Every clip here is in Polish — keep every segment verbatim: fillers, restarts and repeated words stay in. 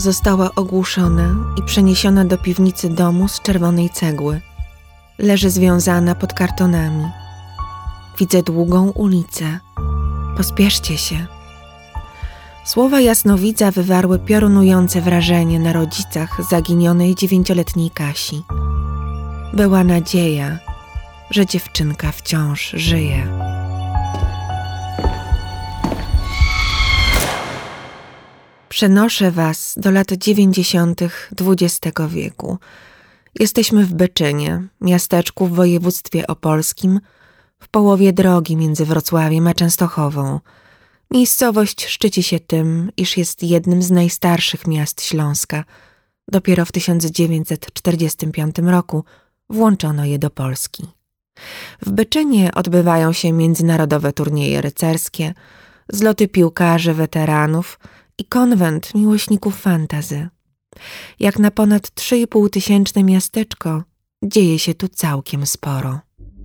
Została ogłuszona i przeniesiona do piwnicy domu z czerwonej cegły. Leży związana pod kartonami. Widzę długą ulicę. Pospieszcie się. Słowa jasnowidza wywarły piorunujące wrażenie na rodzicach zaginionej dziewięcioletniej Kasi. Była nadzieja, że dziewczynka wciąż żyje. Przenoszę was do lat dziewięćdziesiątych dwudziestego wieku. Jesteśmy w Byczynie, miasteczku w województwie opolskim, w połowie drogi między Wrocławiem a Częstochową. Miejscowość szczyci się tym, iż jest jednym z najstarszych miast Śląska. Dopiero w tysiąc dziewięćset czterdziestym piątym roku włączono je do Polski. W Byczynie odbywają się międzynarodowe turnieje rycerskie, zloty piłkarzy, weteranów i konwent miłośników fantasy. Jak na ponad trzy i pół tysięczne miasteczko, dzieje się tu całkiem sporo.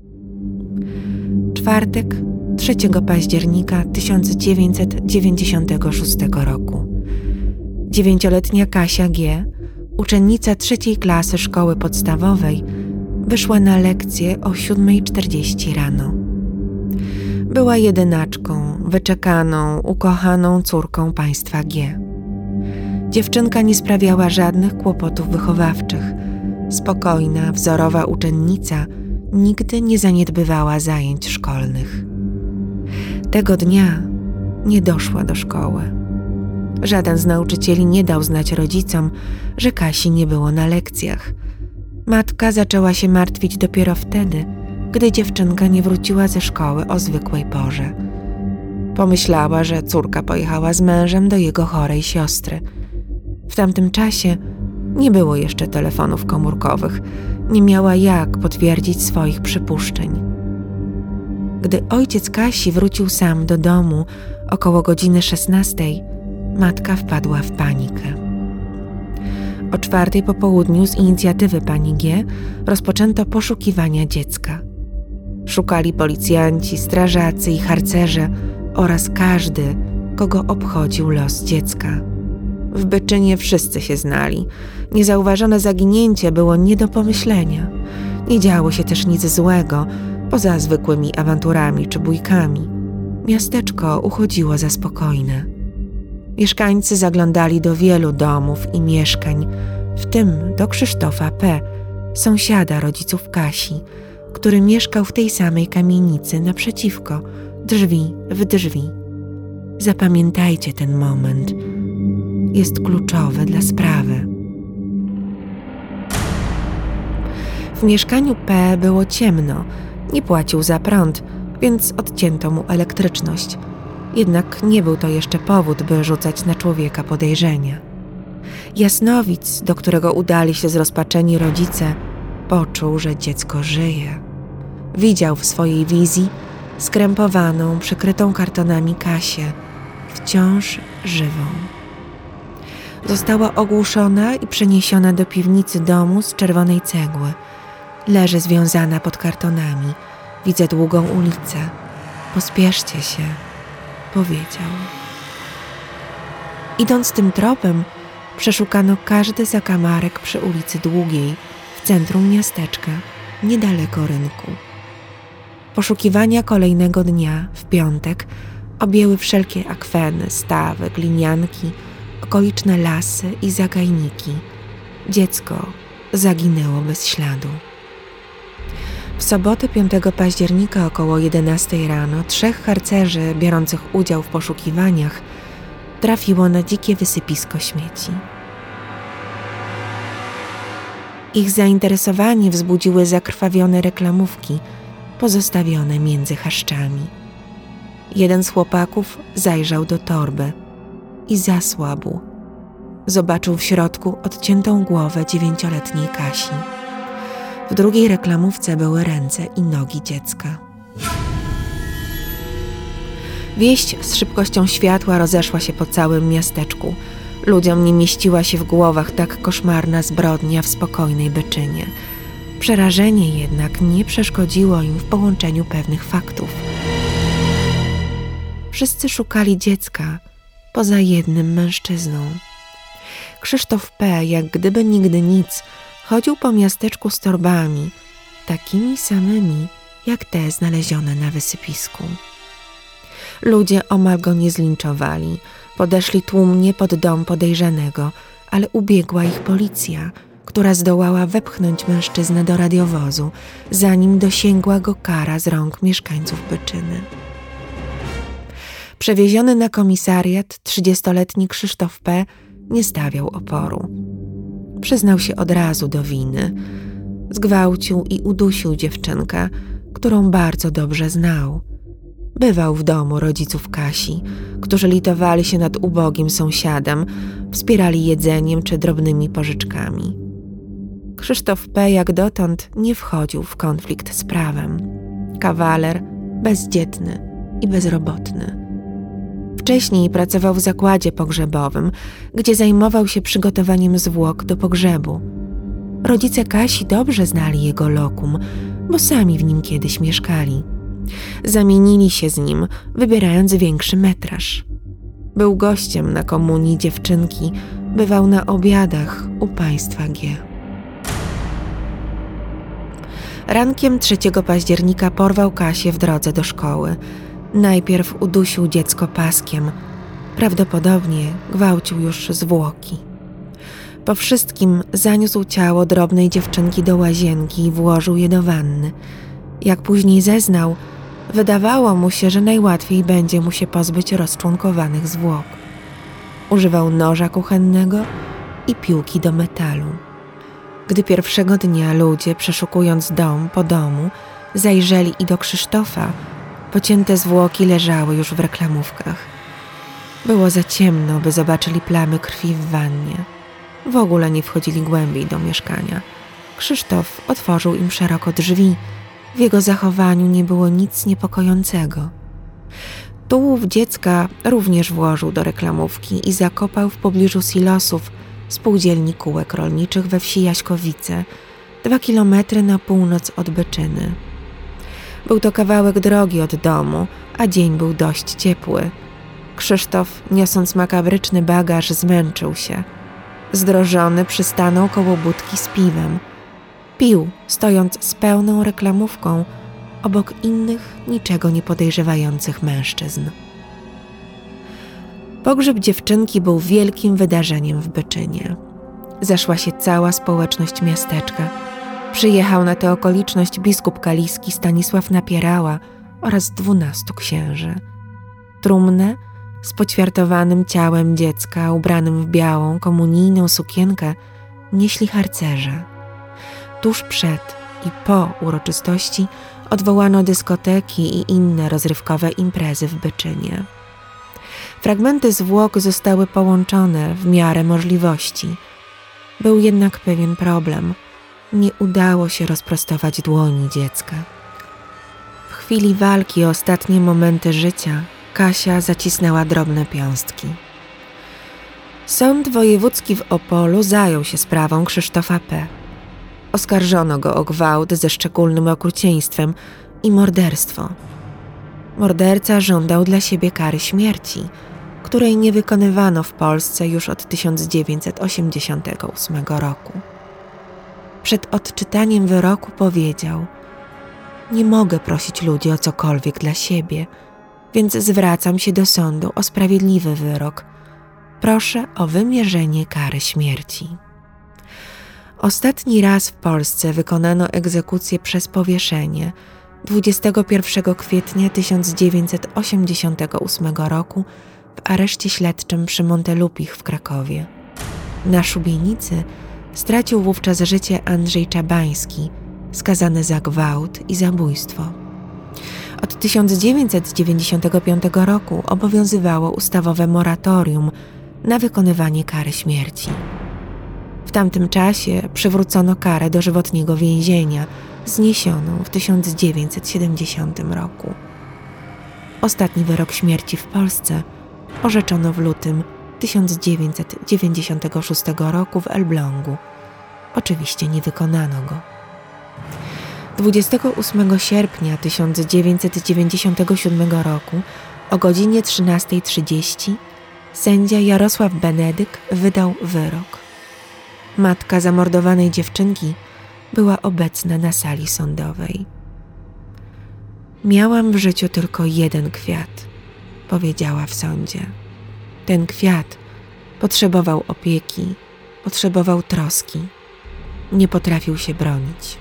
Czwartek, trzeciego października tysiąc dziewięćset dziewięćdziesiątego szóstego roku. Dziewięcioletnia Kasia G., uczennica trzeciej klasy szkoły podstawowej, wyszła na lekcję o siódmej czterdzieści rano. Była jedynaczką, wyczekaną, ukochaną córką państwa G. Dziewczynka nie sprawiała żadnych kłopotów wychowawczych. Spokojna, wzorowa uczennica nigdy nie zaniedbywała zajęć szkolnych. Tego dnia nie doszła do szkoły. Żaden z nauczycieli nie dał znać rodzicom, że Kasi nie było na lekcjach. Matka zaczęła się martwić dopiero wtedy, gdy dziewczynka nie wróciła ze szkoły o zwykłej porze. Pomyślała, że córka pojechała z mężem do jego chorej siostry. W tamtym czasie nie było jeszcze telefonów komórkowych, nie miała jak potwierdzić swoich przypuszczeń. Gdy ojciec Kasi wrócił sam do domu około godziny szesnastej, matka wpadła w panikę. O czwartej po południu z inicjatywy pani G. rozpoczęto poszukiwania dziecka. Szukali policjanci, strażacy i harcerze oraz każdy, kogo obchodził los dziecka. W Byczynie wszyscy się znali. Niezauważone zaginięcie było nie do pomyślenia. Nie działo się też nic złego, poza zwykłymi awanturami czy bójkami. Miasteczko uchodziło za spokojne. Mieszkańcy zaglądali do wielu domów i mieszkań, w tym do Krzysztofa P., sąsiada rodziców Kasi, który mieszkał w tej samej kamienicy naprzeciwko, drzwi w drzwi. Zapamiętajcie ten moment. Jest kluczowy dla sprawy. W mieszkaniu P. było ciemno, nie płacił za prąd, więc odcięto mu elektryczność. Jednak nie był to jeszcze powód, by rzucać na człowieka podejrzenia. Jasnowic, do którego udali się zrozpaczeni rodzice, poczuł, że dziecko żyje. Widział w swojej wizji skrępowaną, przykrytą kartonami Kasię, wciąż żywą. Została ogłuszona i przeniesiona do piwnicy domu z czerwonej cegły. Leży związana pod kartonami. Widzę długą ulicę. Pospieszcie się, powiedział. Idąc tym tropem, przeszukano każdy zakamarek przy ulicy Długiej, w centrum miasteczka, niedaleko rynku. Poszukiwania kolejnego dnia, w piątek, objęły wszelkie akweny, stawy, glinianki, okoliczne lasy i zagajniki. Dziecko zaginęło bez śladu. W sobotę piątego października około jedenastej rano trzech harcerzy biorących udział w poszukiwaniach trafiło na dzikie wysypisko śmieci. Ich zainteresowanie wzbudziły zakrwawione reklamówki pozostawione między chaszczami. Jeden z chłopaków zajrzał do torby i zasłabł. Zobaczył w środku odciętą głowę dziewięcioletniej Kasi. W drugiej reklamówce były ręce i nogi dziecka. Wieść z szybkością światła rozeszła się po całym miasteczku. Ludziom nie mieściła się w głowach tak koszmarna zbrodnia w spokojnej Byczynie. Przerażenie jednak nie przeszkodziło im w połączeniu pewnych faktów. Wszyscy szukali dziecka, poza jednym mężczyzną. Krzysztof P., jak gdyby nigdy nic, chodził po miasteczku z torbami, takimi samymi jak te znalezione na wysypisku. Ludzie omal go nie zlinczowali. Podeszli tłumnie pod dom podejrzanego, ale ubiegła ich policja, która zdołała wepchnąć mężczyznę do radiowozu, zanim dosięgła go kara z rąk mieszkańców Byczyny. Przewieziony na komisariat, trzydziestoletni Krzysztof P. nie stawiał oporu. Przyznał się od razu do winy. Zgwałcił i udusił dziewczynkę, którą bardzo dobrze znał. Bywał w domu rodziców Kasi, którzy litowali się nad ubogim sąsiadem, wspierali jedzeniem czy drobnymi pożyczkami. Krzysztof P. jak dotąd nie wchodził w konflikt z prawem. Kawaler, bezdzietny i bezrobotny. Wcześniej pracował w zakładzie pogrzebowym, gdzie zajmował się przygotowaniem zwłok do pogrzebu. Rodzice Kasi dobrze znali jego lokum, bo sami w nim kiedyś mieszkali. Zamienili się z nim, wybierając większy metraż. Był gościem na komunii dziewczynki, bywał na obiadach u państwa G. Rankiem trzeciego października porwał Kasię w drodze do szkoły. Najpierw udusił dziecko paskiem. Prawdopodobnie gwałcił już zwłoki. Po wszystkim zaniósł ciało drobnej dziewczynki do łazienki i włożył je do wanny. Jak później zeznał, wydawało mu się, że najłatwiej będzie mu się pozbyć rozczłonkowanych zwłok. Używał noża kuchennego i piłki do metalu. Gdy pierwszego dnia ludzie, przeszukując dom po domu, zajrzeli i do Krzysztofa, pocięte zwłoki leżały już w reklamówkach. Było za ciemno, by zobaczyli plamy krwi w wannie. W ogóle nie wchodzili głębiej do mieszkania. Krzysztof otworzył im szeroko drzwi. W jego zachowaniu nie było nic niepokojącego. Tułów dziecka również włożył do reklamówki i zakopał w pobliżu silosów spółdzielni kółek rolniczych we wsi Jaśkowice, dwa kilometry na północ od Byczyny. Był to kawałek drogi od domu, a dzień był dość ciepły. Krzysztof, niosąc makabryczny bagaż, zmęczył się. Zdrożony przystanął koło budki z piwem. Pił, stojąc z pełną reklamówką obok innych, niczego nie podejrzewających mężczyzn. Pogrzeb dziewczynki był wielkim wydarzeniem w Byczynie. Zeszła się cała społeczność miasteczka. Przyjechał na tę okoliczność biskup kaliski Stanisław Napierała oraz dwunastu księży. Trumnę z poćwiartowanym ciałem dziecka ubranym w białą komunijną sukienkę nieśli harcerze. Tuż przed i po uroczystości odwołano dyskoteki i inne rozrywkowe imprezy w Byczynie. Fragmenty zwłok zostały połączone w miarę możliwości. Był jednak pewien problem. Nie udało się rozprostować dłoni dziecka. W chwili walki o ostatnie momenty życia Kasia zacisnęła drobne piąstki. Sąd wojewódzki w Opolu zajął się sprawą Krzysztofa P. Oskarżono go o gwałt ze szczególnym okrucieństwem i morderstwo. Morderca żądał dla siebie kary śmierci, której nie wykonywano w Polsce już od tysiąc dziewięćset osiemdziesiątego ósmego roku. Przed odczytaniem wyroku powiedział: nie mogę prosić ludzi o cokolwiek dla siebie, więc zwracam się do sądu o sprawiedliwy wyrok. Proszę o wymierzenie kary śmierci. Ostatni raz w Polsce wykonano egzekucję przez powieszenie dwudziestego pierwszego kwietnia tysiąc dziewięćset osiemdziesiątego ósmego roku w areszcie śledczym przy Montelupich w Krakowie. Na szubienicy stracił wówczas życie Andrzej Czabański, skazany za gwałt i zabójstwo. Od tysiąc dziewięćset dziewięćdziesiątego piątego roku obowiązywało ustawowe moratorium na wykonywanie kary śmierci. W tamtym czasie przywrócono karę dożywotniego więzienia, zniesioną w tysiąc dziewięćset siedemdziesiątym roku. Ostatni wyrok śmierci w Polsce orzeczono w lutym tysiąc dziewięćset dziewięćdziesiątego szóstego roku w Elblągu. Oczywiście nie wykonano go. dwudziestego ósmego sierpnia tysiąc dziewięćset dziewięćdziesiątego siódmego roku o godzinie trzynastej trzydzieści Sędzia Jarosław Benedyk wydał wyrok. Matka zamordowanej dziewczynki była obecna na sali sądowej. Miałam w życiu tylko jeden kwiat, powiedziała w sądzie. Ten kwiat potrzebował opieki, potrzebował troski. Nie potrafił się bronić.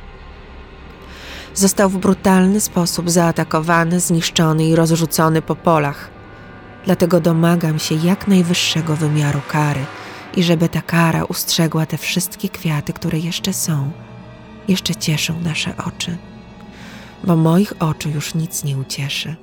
Został w brutalny sposób zaatakowany, zniszczony i rozrzucony po polach. Dlatego domagam się jak najwyższego wymiaru kary i żeby ta kara ustrzegła te wszystkie kwiaty, które jeszcze są, jeszcze cieszą nasze oczy. Bo moich oczu już nic nie ucieszy.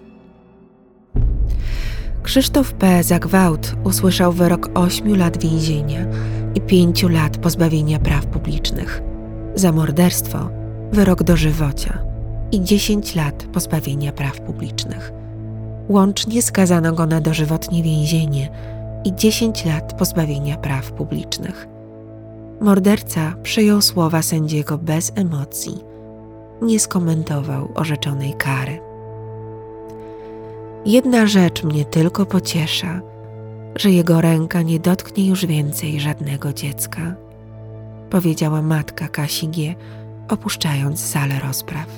Krzysztof P. za gwałt usłyszał wyrok ośmiu lat więzienia i pięciu lat pozbawienia praw publicznych. Za morderstwo wyrok dożywocia i dziesięć lat pozbawienia praw publicznych. Łącznie skazano go na dożywotnie więzienie i dziesięć lat pozbawienia praw publicznych. Morderca przyjął słowa sędziego bez emocji. Nie skomentował orzeczonej kary. Jedna rzecz mnie tylko pociesza, że jego ręka nie dotknie już więcej żadnego dziecka, powiedziała matka Kasi G., opuszczając salę rozpraw.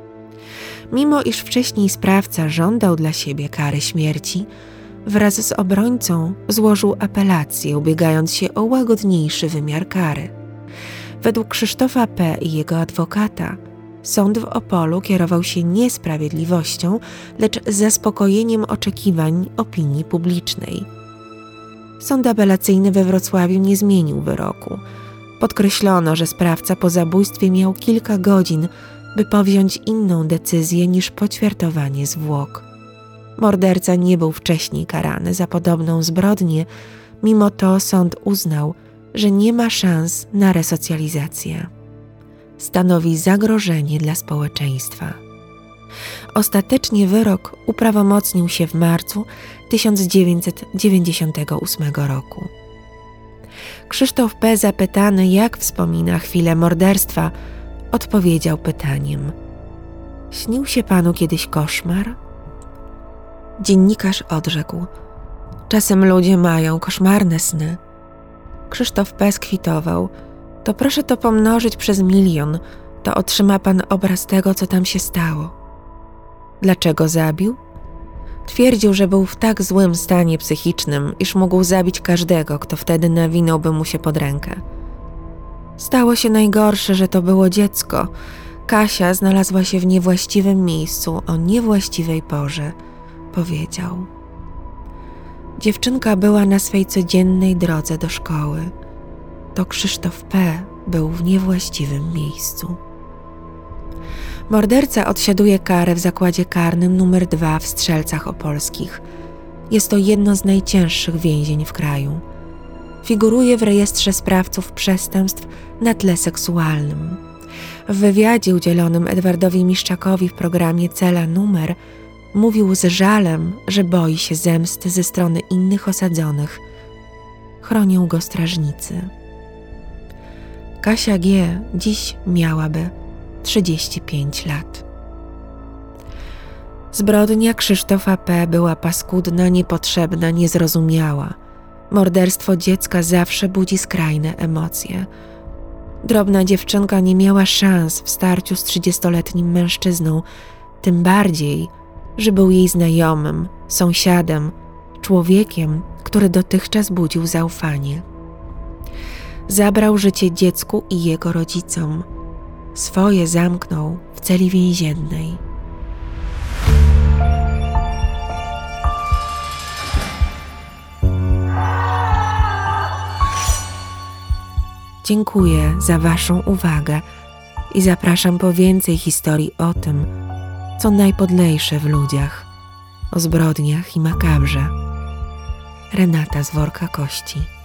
Mimo iż wcześniej sprawca żądał dla siebie kary śmierci, wraz z obrońcą złożył apelację, ubiegając się o łagodniejszy wymiar kary. Według Krzysztofa P. i jego adwokata sąd w Opolu kierował się nie sprawiedliwością, lecz zaspokojeniem oczekiwań opinii publicznej. Sąd apelacyjny we Wrocławiu nie zmienił wyroku. Podkreślono, że sprawca po zabójstwie miał kilka godzin, by powziąć inną decyzję niż poćwiartowanie zwłok. Morderca nie był wcześniej karany za podobną zbrodnię, mimo to sąd uznał, że nie ma szans na resocjalizację. Stanowi zagrożenie dla społeczeństwa. Ostatecznie wyrok uprawomocnił się w marcu tysiąc dziewięćset dziewięćdziesiątego ósmego roku. Krzysztof P., zapytany, jak wspomina chwilę morderstwa, odpowiedział pytaniem: śnił się panu kiedyś koszmar? Dziennikarz odrzekł: czasem ludzie mają koszmarne sny. Krzysztof P. skwitował: to proszę to pomnożyć przez milion, to otrzyma pan obraz tego, co tam się stało. Dlaczego zabił? Twierdził, że był w tak złym stanie psychicznym, iż mógł zabić każdego, kto wtedy nawinąłby mu się pod rękę. Stało się najgorsze, że to było dziecko. Kasia znalazła się w niewłaściwym miejscu o niewłaściwej porze, powiedział. Dziewczynka była na swej codziennej drodze do szkoły. To Krzysztof P. był w niewłaściwym miejscu. Morderca odsiaduje karę w zakładzie karnym numer dwa w Strzelcach Opolskich. Jest to jedno z najcięższych więzień w kraju. Figuruje w rejestrze sprawców przestępstw na tle seksualnym. W wywiadzie udzielonym Edwardowi Miszczakowi w programie Cela Numer mówił z żalem, że boi się zemsty ze strony innych osadzonych. Chronią go strażnicy. Kasia G. dziś miałaby trzydzieści pięć lat. Zbrodnia Krzysztofa P. była paskudna, niepotrzebna, niezrozumiała. Morderstwo dziecka zawsze budzi skrajne emocje. Drobna dziewczynka nie miała szans w starciu z trzydziestoletnim mężczyzną, tym bardziej, że był jej znajomym, sąsiadem, człowiekiem, który dotychczas budził zaufanie. Zabrał życie dziecku i jego rodzicom. Swoje zamknął w celi więziennej. Dziękuję za waszą uwagę i zapraszam po więcej historii o tym, co najpodlejsze w ludziach, o zbrodniach i makabrze. Renata z Worka Kości.